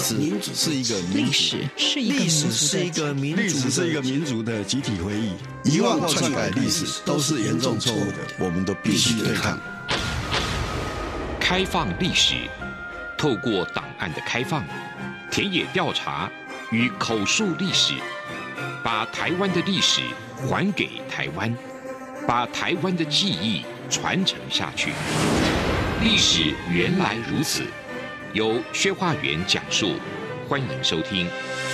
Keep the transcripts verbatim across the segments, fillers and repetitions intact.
史是一个历史是一个历史是一个民历史是一个民族的集体回忆，遗忘或篡改历史都是严重错误的，我们都必须对抗。 开放历史，透过档案的开放、田野调查与口述历史，把台湾的历史还给台湾，把台湾的记忆传承下去。历史原来如此，由薛化元讲述，欢迎收听。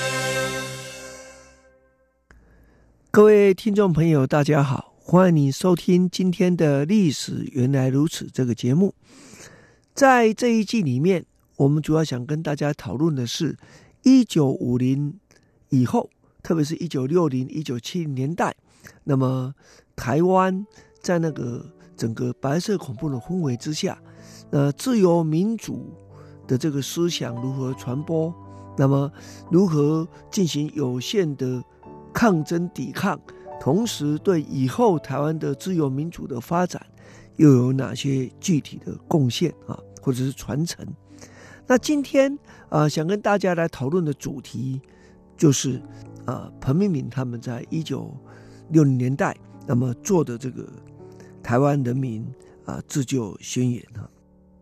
各位听众朋友大家好，欢迎你收听今天的历史原来如此这个节目。在这一季里面，我们主要想跟大家讨论的是一九五零以后，特别是一九六零、一九七零年代，那么台湾在那个整个白色恐怖的氛围之下，呃，自由民主的这个思想如何传播，那么如何进行有限的抗争抵抗，同时对以后台湾的自由民主的发展又有哪些具体的贡献啊，或者是传承？那今天啊、呃，想跟大家来讨论的主题就是啊、呃，彭明敏他们在一九六零年代那么做的这个台湾人民啊、呃、自救宣言啊。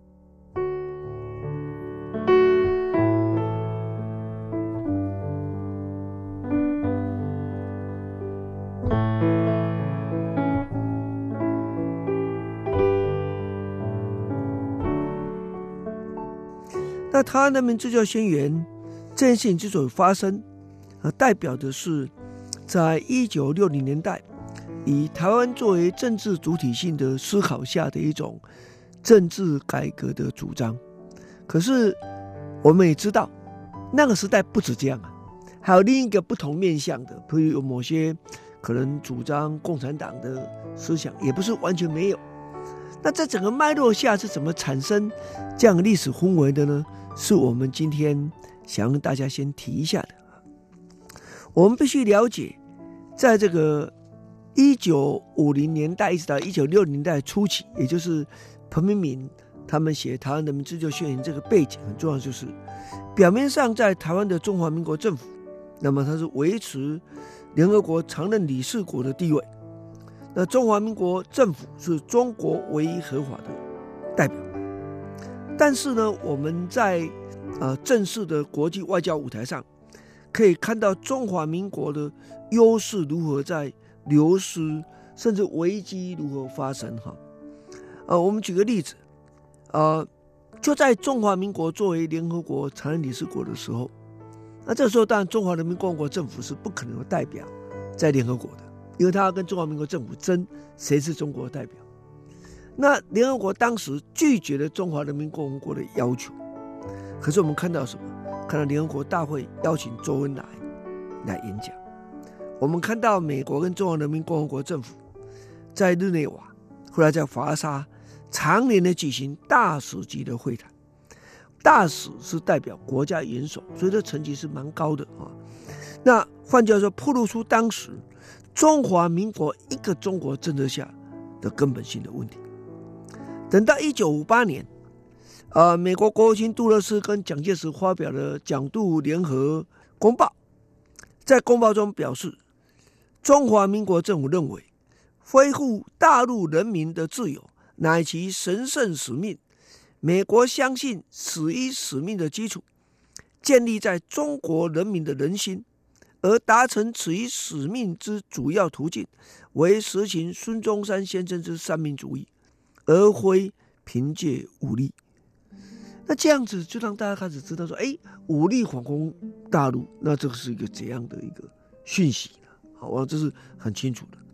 那台湾人民自救宣言这件事情之所以发生，呃，代表的是在一九六零年代以台湾作为政治主体性的思考下的一种政治改革的主张。可是我们也知道，那个时代不止这样啊，还有另一个不同面向的，比如有某些可能主张共产党的思想，也不是完全没有。那在整个脉络下是怎么产生这样的历史氛围的呢？是我们今天想跟大家先提一下的。我们必须了解，在这个一九五零年代一直到一九六零年代初期，也就是彭明敏他们写《台湾人民自救宣言》这个背景很重要，就是表面上在台湾的中华民国政府，那么它是维持联合国常任理事国的地位。那中华民国政府是中国唯一合法的代表，但是呢，我们在呃正式的国际外交舞台上，可以看到中华民国的优势如何在流失，甚至危机如何发生哈。呃，我们举个例子，呃，就在中华民国作为联合国常任理事国的时候，那这时候当然中华人民共和国政府是不可能有代表在联合国的。因为他要跟中华民国政府争谁是中国的代表，那联合国当时拒绝了中华人民共和国的要求。可是我们看到什么？看到联合国大会邀请周恩来来演讲，我们看到美国跟中华人民共和国政府在日内瓦，后来在华沙常年的举行大使级的会谈。大使是代表国家元首，所以这层级是蛮高的啊。那换句话说，暴露出当时中华民国一个中国政策下的根本性的问题。等到一九五八年，呃，美国国务卿杜勒斯跟蒋介石发表了蒋杜联合公报，在公报中表示，中华民国政府认为，恢复大陆人民的自由乃其神圣使命。美国相信此一使命的基础，建立在中国人民的人心。而达成此一使命之主要途径，为实行孙中山先生之三民主义，而非凭借武力。那这样子就让大家开始知道说，哎，武力反攻大陆，那这个是一个怎样的一个讯息呢？好，这是很清楚的。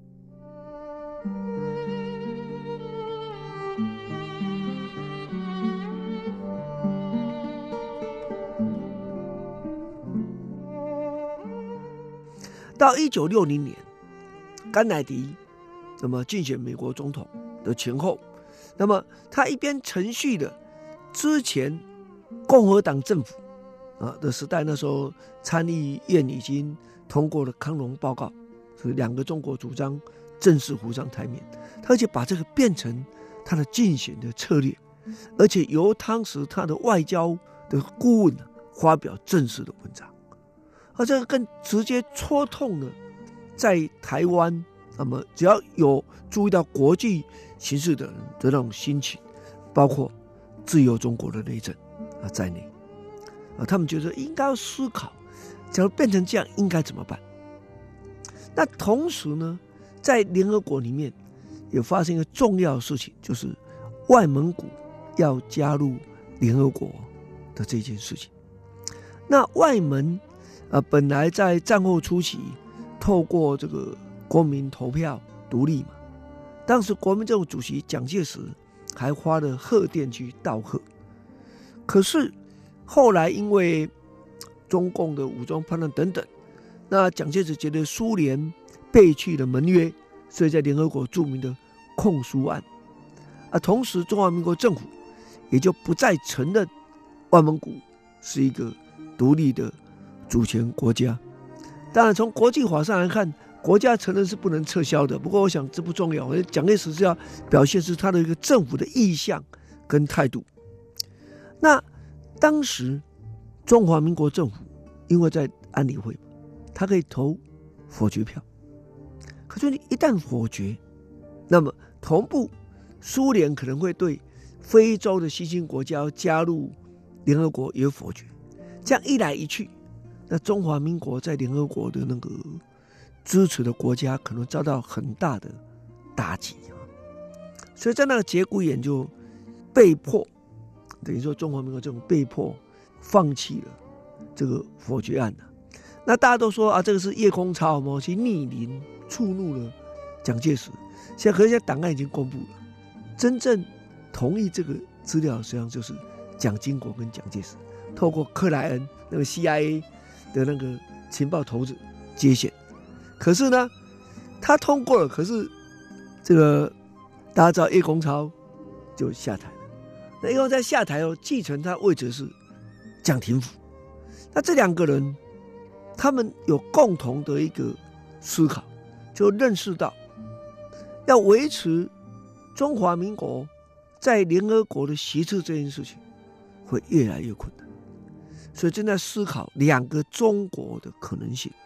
到一九六零年，甘乃迪那么竞选美国总统的前后，那么他一边程序的之前共和党政府啊的时代，那时候参议院已经通过了康荣报告，所以两个中国主张正式浮上台面，他而且把这个变成他的竞选的策略，而且由当时他的外交的顾问发表正式的文章，而这个更直接戳痛了在台湾，那么只要有注意到国际形势的人的那种心情，包括自由中国的内政啊在内啊，他们觉得应该要思考，假如变成这样应该怎么办。那同时呢，在联合国里面也发生一个重要的事情，就是外蒙古要加入联合国的这件事情。那外蒙呃，本来在战后初期透过这个国民投票独立嘛，当时国民政府主席蒋介石还花了贺电去道贺。可是后来因为中共的武装叛乱等等，那蒋介石觉得苏联背弃了盟约，所以在联合国著名的控苏案啊，同时中华民国政府也就不再承认外蒙古是一个独立的主权国家。当然从国际法上来看，国家承认是不能撤销的，不过我想这不重要，蒋介石是要表现是他的一个政府的意向跟态度。那当时中华民国政府因为在安理会，他可以投否决票，可是你一旦否决，那么同步苏联可能会对非洲的新兴国家要加入联合国也否决，这样一来一去，那中华民国在联合国的那个支持的国家可能遭到很大的打击，所以在那个节骨眼就被迫，等于说中华民国政府被迫放弃了这个否决案。那大家都说啊，这个是叶公超嘛，去逆鳞触怒了蒋介石。现在可是现在档案已经公布了，真正同意这个资料实际上就是蒋经国跟蒋介石，透过克莱恩那个 C I A 的那个情报头子接线。可是呢，他通过了，可是这个大家知道叶公超就下台了。那叶公超下台后，继承他位置是蒋廷甫。那这两个人，他们有共同的一个思考，就认识到要维持中华民国在联合国的席次这件事情会越来越困难，所以正在思考两个中国的可能性。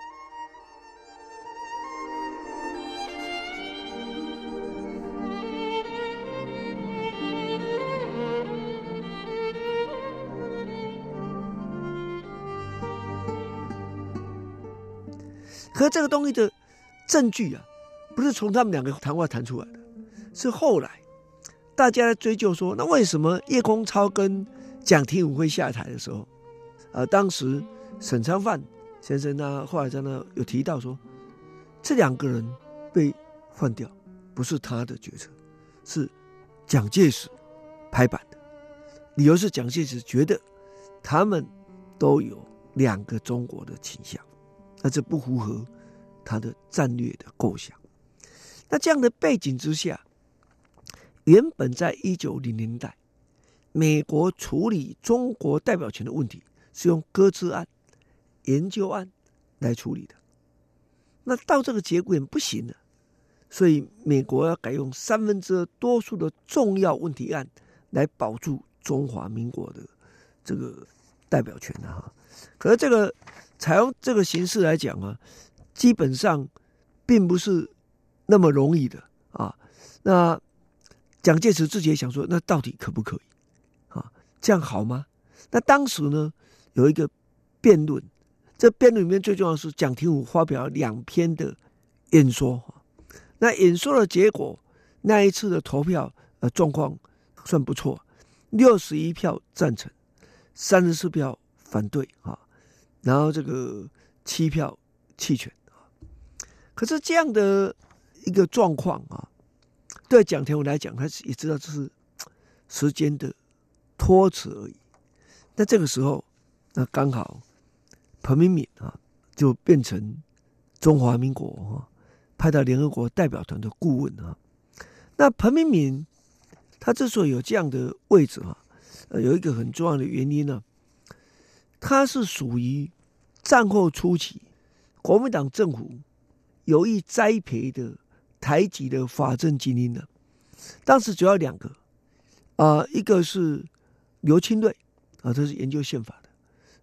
可是这个东西的证据啊，不是从他们两个谈话谈出来的，是后来大家在追究说，那为什么叶公超跟蒋廷甫会下台的时候，呃，当时沈昌范先生呢，后来在那有提到说，这两个人被换掉，不是他的决策，是蒋介石拍板的，理由是蒋介石觉得他们都有两个中国的倾向。那这不符合他的战略的构想。那这样的背景之下，原本在一九零年代，美国处理中国代表权的问题是用鸽子案、研究案来处理的。那到这个节骨眼不行了，所以美国要改用三分之二多数的重要问题案来保住中华民国的这个代表权啊。可是这个采用这个形式来讲啊，基本上并不是那么容易的啊。那蒋介石自己也想说，那到底可不可以啊？这样好吗？那当时呢有一个辩论，这辩论里面最重要的是蒋廷甫发表两篇的演说。那演说的结果，那一次的投票呃状况算不错，六十一票赞成，三十四票反对啊，然后这个七票弃权啊。可是这样的一个状况啊，对蒋廷甫来讲，他也知道这是时间的拖迟而已。那这个时候，那刚好彭明敏啊，就变成中华民国啊派到联合国代表团的顾问啊。那彭明敏他之所以有这样的位置啊，呃，有一个很重要的原因呢、啊。他是属于战后初期国民党政府有意栽培的台籍的法政精英的。当时主要两个，啊、呃，一个是刘清瑞啊，他是研究宪法的；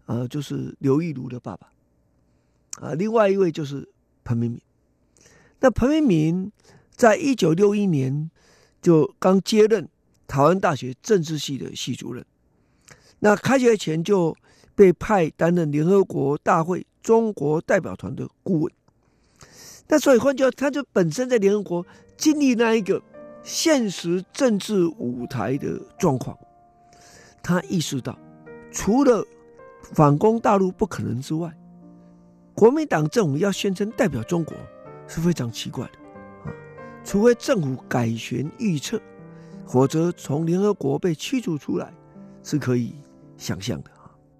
呃，就是刘义儒的爸爸啊，另外一位就是彭明敏。那彭明敏在一九六一年就刚接任台湾大学政治系的系主任，那开学前就被派担任联合国大会中国代表团的顾问。那所以换句话说，他就本身在联合国经历那一个现实政治舞台的状况，他意识到除了反攻大陆不可能之外，国民党政府要宣称代表中国是非常奇怪的啊！除非政府改弦易辙，否则从联合国被驱逐出来是可以想象的。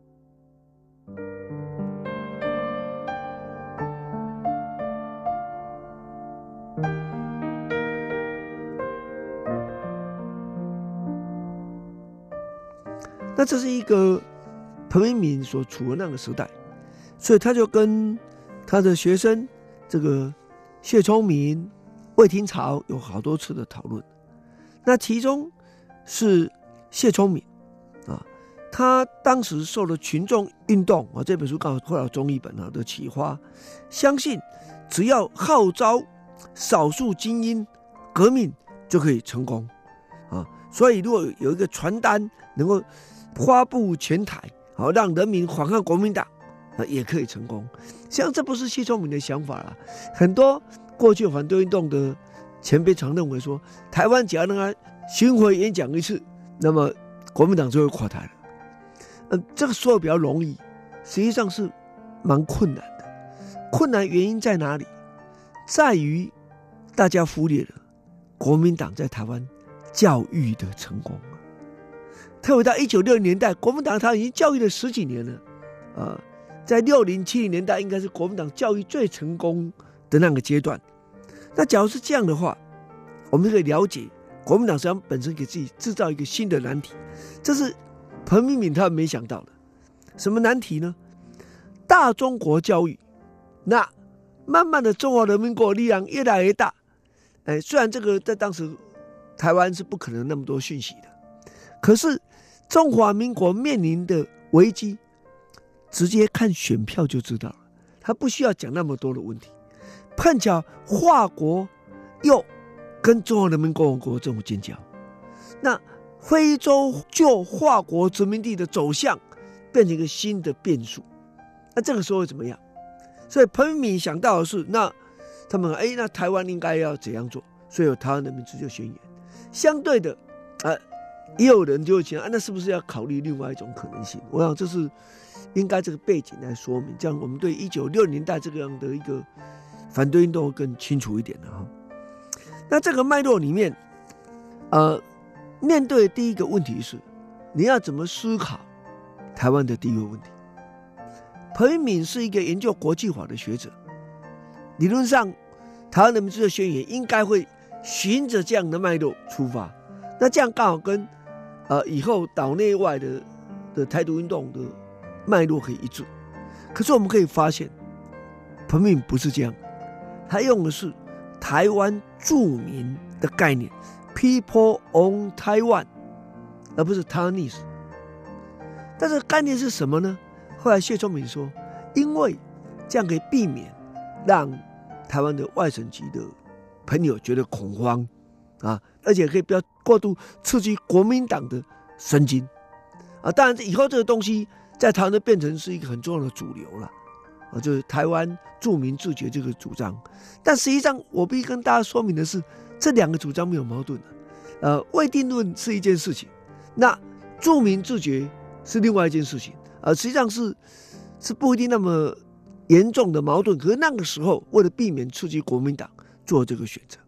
那这是一个彭明敏所处的那个时代，所以他就跟他的学生这个谢聪明、魏廷朝有好多次的讨论。那其中是谢聪明啊，他当时受了群众运动啊这本书刚好后来有中译本啊的启发，相信只要号召少数精英革命就可以成功啊。所以如果有一个传单能够发布全台，好让人民反抗国民党，也可以成功。像这不是谢聪明的想法啦，很多过去反对运动的前辈常认为说，台湾只要让他巡回演讲一次，那么国民党就会垮台了。呃，这个说的比较容易，实际上是蛮困难的。困难原因在哪里？在于大家忽略了国民党在台湾教育的成功。特别到一九六零年代，国民党他已经教育了十几年了，呃，在六零七零年代应该是国民党教育最成功的那个阶段。那假如是这样的话，我们可以了解国民党实际上本身给自己制造一个新的难题，这是彭明敏他们没想到的。什么难题呢？大中国教育，那慢慢的中华人民共和国力量越来越大，哎，虽然这个在当时台湾是不可能那么多讯息的，可是中华民国面临的危机，直接看选票就知道了，他不需要讲那么多的问题。碰巧华国又跟中华人民共和国政府建交，那非洲旧华国殖民地的走向变成一个新的变数，那这个时候会怎么样？所以彭明敏想到的是，那他们哎，那台湾应该要怎样做？所以有台湾人民自救宣言。相对的，呃，也有人就会想，啊，那是不是要考虑另外一种可能性？我想这是应该这个背景来说明，这样我们对一九六零年代这个样的一个反对运动会更清楚一点的哈。那这个脉络里面，呃，面对的第一个问题是，你要怎么思考台湾的第一个问题？彭明敏是一个研究国际法的学者，理论上，台湾人民自救宣言应该会循着这样的脉络出发，那这样刚好跟呃以后岛内外的的台独运动的脉络可以一致。可是我们可以发现，彭明敏不是这样，他用的是台湾住民的概念 ，People on Taiwan， 而不是 Taiwanese。但是概念是什么呢？后来谢聪明说，因为这样可以避免让台湾的外省籍的朋友觉得恐慌啊，而且可以不要过度刺激国民党的神经啊。当然，以后这个东西在台湾就变成是一个很重要的主流了啊，就是台湾住民自决这个主张。但实际上，我必须跟大家说明的是，这两个主张没有矛盾的。呃，未定论是一件事情，那住民自决是另外一件事情。呃，实际上是是不一定那么严重的矛盾，可是那个时候为了避免刺激国民党做这个选择。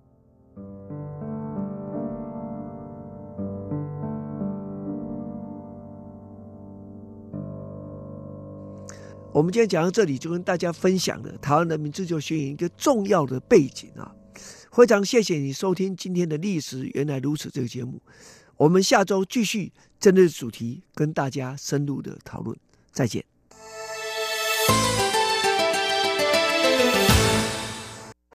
我们今天讲到这里，就跟大家分享了台湾人民自救宣言一个重要的背景啊。非常谢谢你收听今天的历史原来如此这个节目，我们下周继续针对主题跟大家深入的讨论，再见。